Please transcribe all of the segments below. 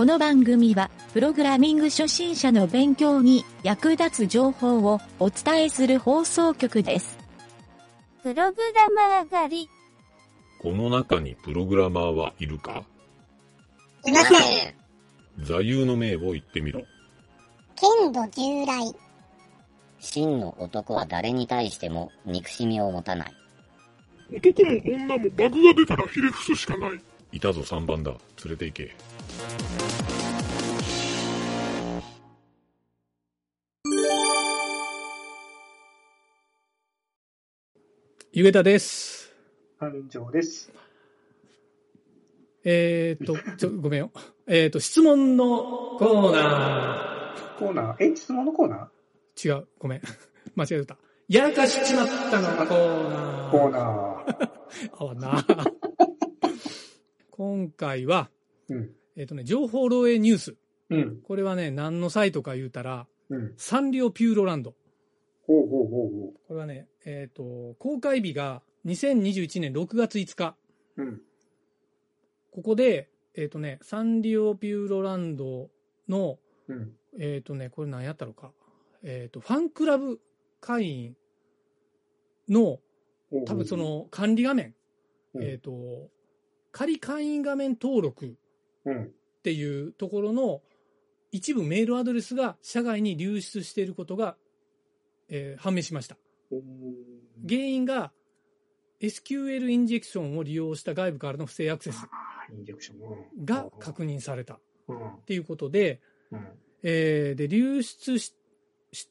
の番組は、プログラミング初心者の勉強に役立つ情報をお伝えする放送局です。 プログラマー狩り。 この中にプログラマーはいるか？ いません。 座右の銘を言ってみろ。 剣道従来。 真の男は誰に対しても憎しみを持たない。 男も女もバグが出たらひれ伏すしかない。 いたぞ3番だ。連れて行け。 ゆげたです。 繁盛です。 ごめんよ。質問のコーナー。 コーナー？質問のコーナー？違う。ごめん。間違えた。やらかしちまったのコーナー。 コーナー。 あわな。今回は、情報漏洩ニュース。これはね、何のサイトか言うたら、サンリオピューロランド。これはね、公開日が2021年6月5日。ここで、サンリオピューロランドの、これ何やったのか。ファンクラブ会員の、多分その管理画面、仮会員画面登録っていうところの一部メールアドレスが社外に流出していることが、判明しました。原因が SQL インジェクションを利用した外部からの不正アクセスが確認されたっていうことで、で流出した、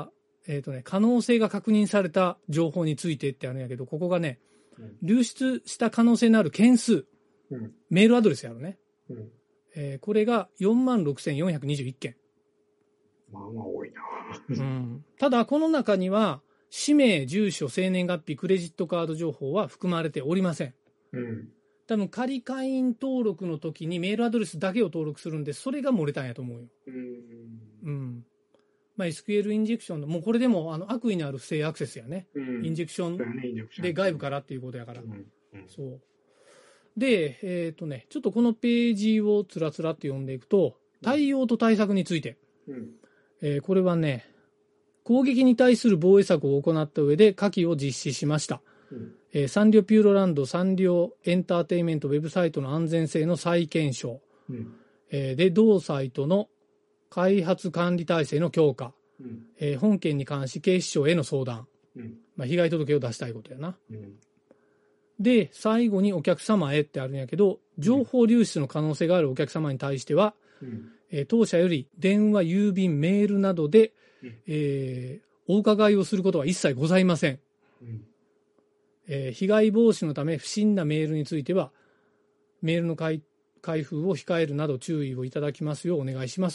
可能性が確認された情報についてってあるんやけど、ここがね、流出した可能性のある件数、メールアドレスやろね、これが 46,421 件。 まあまあ多いな。 ただこの中には氏名、住所、生年月日、クレジットカード情報は含まれておりません。多分仮会員登録の時にメールアドレスだけを登録するんで、それが漏れたんやと思うよ。SQL インジェクションの、もうこれでも悪意のある不正アクセスやね。インジェクションで外部からっていうことやから。そう。で、ちょっとこのページをつらつらって読んでいくと、対応と対策について。これはね、攻撃に対する防衛策を行った上で下記を実施しました。サンリオピューロランド、サンリオエンターテインメントウェブサイトの安全性の再検証。で、同サイトの開発管理体制の強化。本件に関し警視庁への相談。被害届を出したいことやな。で、最後にお客様へってあるんやけど、情報流出の可能性があるお客様に対しては、当社より電話、郵便、メールなどで、お伺いをすることは一切ございません。被害防止のため不審なメールについては、メールの開封を控えるなど注意をいただきますようお願いします。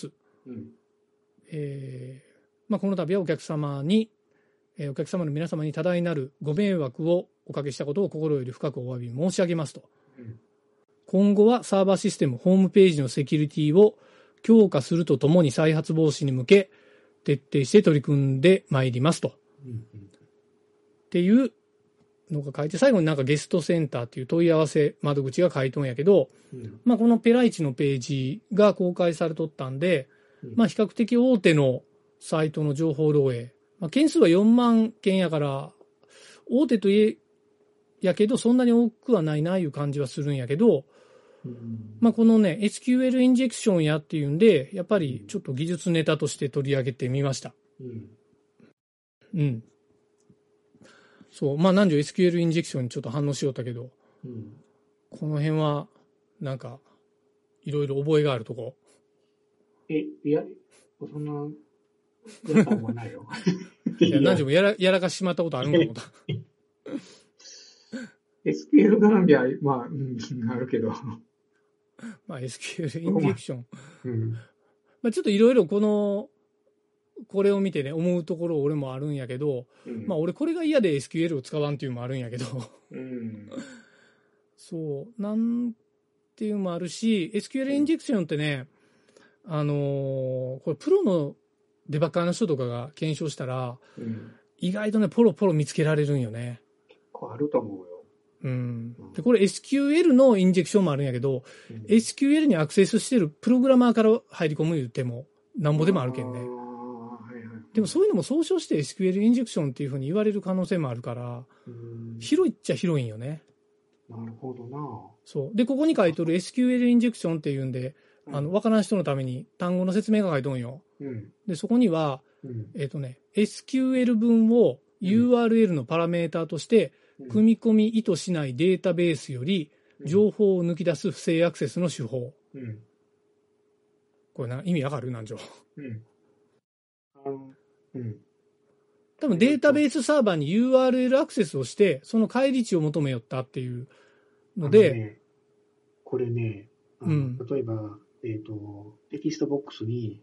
この度はお客様の皆様に多大なるご迷惑をおかけしたことを心より深くお詫び申し上げますと。今後はサーバーシステム、ホームページのセキュリティを強化するとともに再発防止に向け徹底して取り組んでまいりますと。っていうのが書いて、最後になんかゲストセンターっていう問い合わせ窓口が書いとんやけど、このペライチのページが公開されとったんで、比較的大手のサイトの情報漏洩、件数は4万件やから大手とやけどそんなに多くはないないう感じはするんやけど、このね SQL インジェクションやっていうんで、やっぱりちょっと技術ネタとして取り上げてみました。そう、何時 SQL インジェクションにちょっと反応しよったけど、この辺はなんかいろいろ覚えがあるとこ。 いや、そんなやった覚えないよ。 いや、何時もやらかししまったことあるんかと思った。 SQL 絡みは、あるけど。 SQL インジェクション。ちょっといろいろこれを見てね、思うところ俺もあるんやけど、俺これが嫌で SQL を使わんっていうのもあるんやけど、そう、なんていうのもあるし、SQL インジェクションってね、これプロのデバッカーの人とかが検証したら、意外とね、ポロポロ見つけられるんよね。 結構あると思うよ。 うん。で、これ SQL のインジェクションもあるんやけど、SQL にアクセスしてるプログラマーから入り込む言っても、なんぼでもあるけんね。でもそういうのも総称して SQL インジェクションっていうふうに言われる可能性もあるから、広いっちゃ広いんよね。 なるほどな。 そう。で、ここに書いとる SQL インジェクションっていうんで、わからん人のために単語の説明が書いとんよ。で、そこには、SQL 文を URL のパラメータとして、組み込み意図しないデータベースより、情報を抜き出す不正アクセスの手法。これ意味わかる？なんじょ。多分データベースサーバーに URL アクセスをして、その返り値を求めよったっていうので、 これね、例えば、テキストボックスに、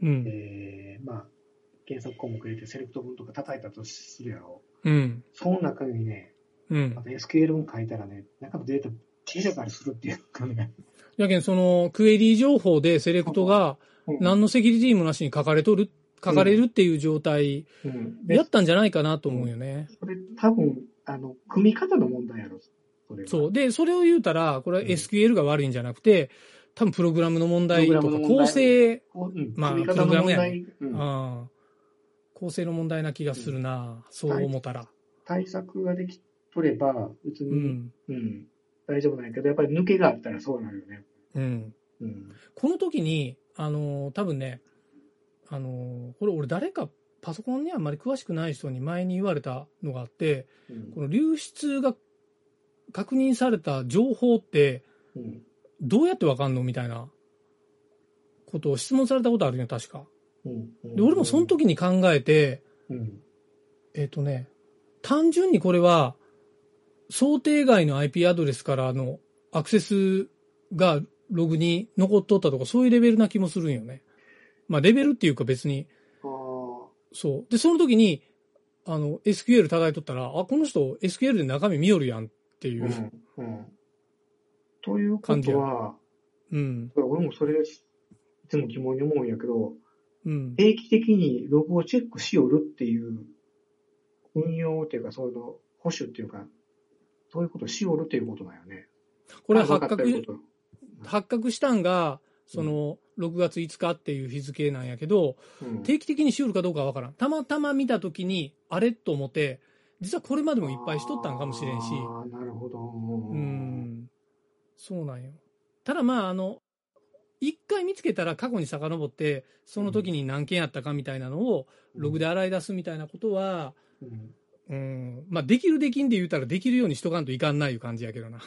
検索項目入れてセレクト文とか叩いたとするやろ。その中にね、また SQL 文書いたらね、中のデータ小さかりするっていうかね。 やけん、そのクエリー情報でセレクトが何のセキュリティもなしに書かれるっていう状態やったんじゃないかなと思うよね。 それ多分、組み方の問題やろ。 そう。で、それを言うたら、これは SQL が悪いんじゃなくて、多分プログラムの問題とか構成、まあ、プログラムやね。構成の問題な気がするな、そう思ったら。 対策ができとれば、別に、大丈夫なんやけど、やっぱり抜けがあったらそうなるよね。この時に、多分ね、これ俺誰かパソコンにあんまり詳しくない人に前に言われたのがあって、この流出が確認された情報って、どうやってわかんのみたいなことを質問されたことあるよ、確か。で、俺もその時に考えて、単純にこれは、想定外の IP アドレスからのアクセスがログに残っとったとか、そういうレベルな気もするんよね。まあ、レベルっていうか別に、そう。で、その時に、SQL 叩いとったら、この人 SQL で中身見よるやんっていう。 ということは、俺もそれいつも疑問に思うんやけど、定期的にログをチェックしよるっていう運用っていうか、そういうの保守っていうか、そういうことをしよるっていうことだよね。 これ発覚したんが、その6月5日っていう日付なんやけど、定期的にしよるかどうかはわからん。たまたま見たときに、あれと思って、実はこれまでもいっぱいしとったんかもしれんし。 なるほど。 そうなんよ。ただまあ、一回見つけたら過去に遡って、その時に何件あったかみたいなのをログで洗い出すみたいなことは、まあ、できるできんで言うたらできるようにしとかんといかんないいう感じやけどな。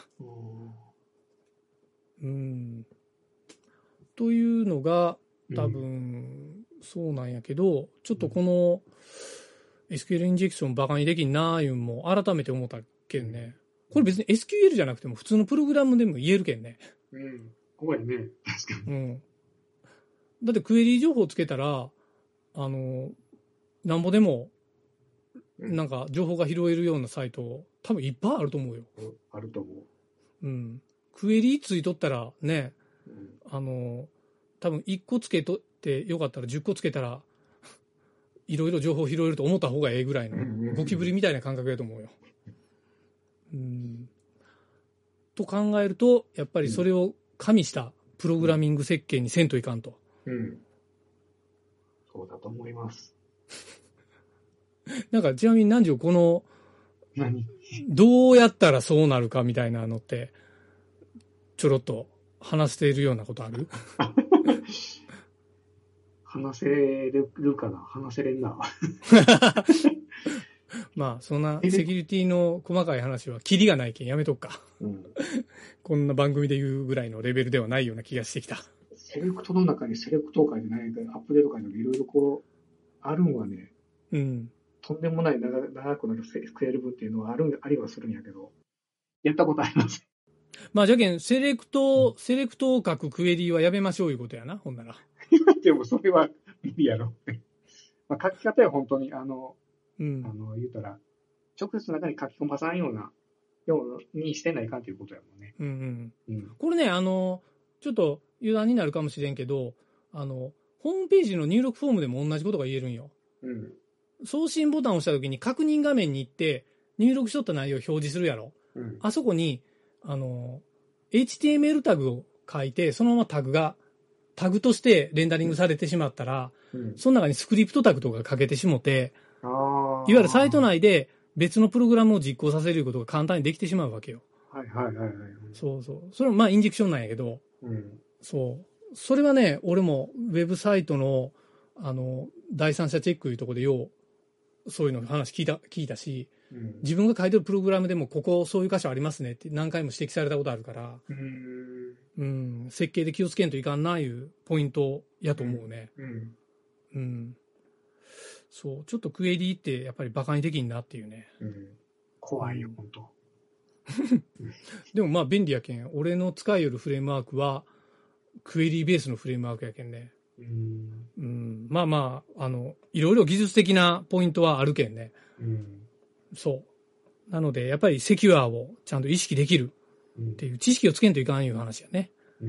というのが、多分、そうなんやけど、ちょっとこの SQL インジェクションバカにできんなーいうんも改めて思ったけんね。これ別に SQL じゃなくても普通のプログラムでも言えるけんね。 怖いね。確かに。 だってクエリー情報つけたら、なんぼでも、なんか情報が拾えるようなサイト、多分いっぱいあると思うよ。 あると思う。 クエリーついとったらね、多分1個つけとってよかったら10個つけたら、いろいろ情報拾えると思った方がええぐらいのゴキブリみたいな感覚やと思うよ。と考えると、やっぱりそれを加味したプログラミング設計にせんといかんと。 そうだと思います。 なんかちなみに何時この、どうやったらそうなるかみたいなのって、ちょろっと話しているようなことある？ 話せるかな？話せれんな。 まあ、そんなセキュリティの細かい話はキリがないけんやめとくか。こんな番組で言うぐらいのレベルではないような気がしてきた。 セレクトの中にセレクト会でないアップデート会でいろいろこう、あるんはね、とんでもない長くなるSQL文っていうのはありはするんやけど、やったことあります。 まあ、じゃけん、セレクトを書くクエリーはやめましょういうことやな、ほんなら。 でもそれは無理やろ。まあ、書き方は本当に、言うたら、直接中に書き込まさんようにしてないかんということやもんね。 これね、ちょっと油断になるかもしれんけど、ホームページの入力フォームでも同じことが言えるんよ。送信ボタンを押したときに確認画面に行って、入力しとった内容を表示するやろ。 あそこに、HTML タグを書いて、そのままタグとしてレンダリングされてしまったら、その中にスクリプトタグとかかけてしもて、いわゆるサイト内で別のプログラムを実行させることが簡単にできてしまうわけよ。 はいはいはいはい。 そうそう。それはまあインジェクションなんやけど、そう。それはね、俺もウェブサイトの、第三者チェックいうところでよう、そういうの話聞いたし、自分が書いてるプログラムでもここそういう箇所ありますねって何回も指摘されたことあるから、設計で気をつけんといかんないうポイントやと思うね。そう、ちょっとクエリってやっぱりバカにできんなっていうね。 怖いよ、本当。 でもまあ便利やけん、俺の使いよるフレームワークはクエリベースのフレームワークやけんね。まあまあ、いろいろ技術的なポイントはあるけんね。そう。なので、やっぱりセキュアをちゃんと意識できるっていう知識をつけんといかんいう話やね。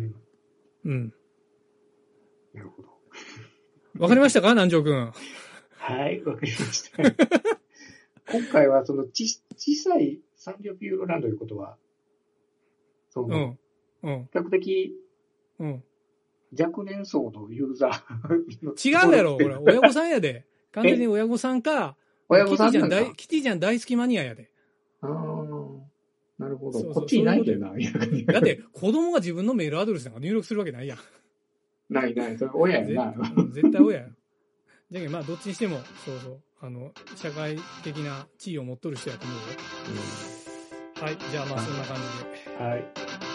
なるほど。 わかりましたか、南條くん。 はい、わかりました。今回はその小さい300ユーロランドということは、その、比較的、若年層のユーザー。 違うやろ、これ。親御さんやで。完全に親御さんか、 親御さんキティちゃん大好きマニアやで。 なるほど。こっちいないんだよな。 だって、子供が自分のメールアドレスなんか入力するわけないやん。 ない。それ親やな。 絶対親や。じゃけん、まあ、どっちにしても、そうそう。社会的な地位を持っとる人やと思うよ。はい。じゃあ、まあ、そんな感じで。 はい。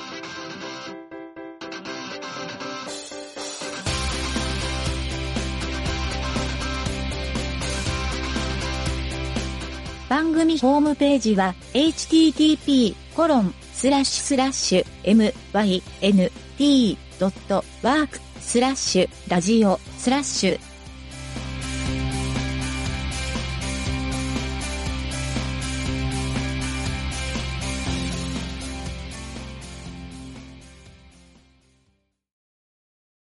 番組ホームページは http://myn.t.work/ラジオ/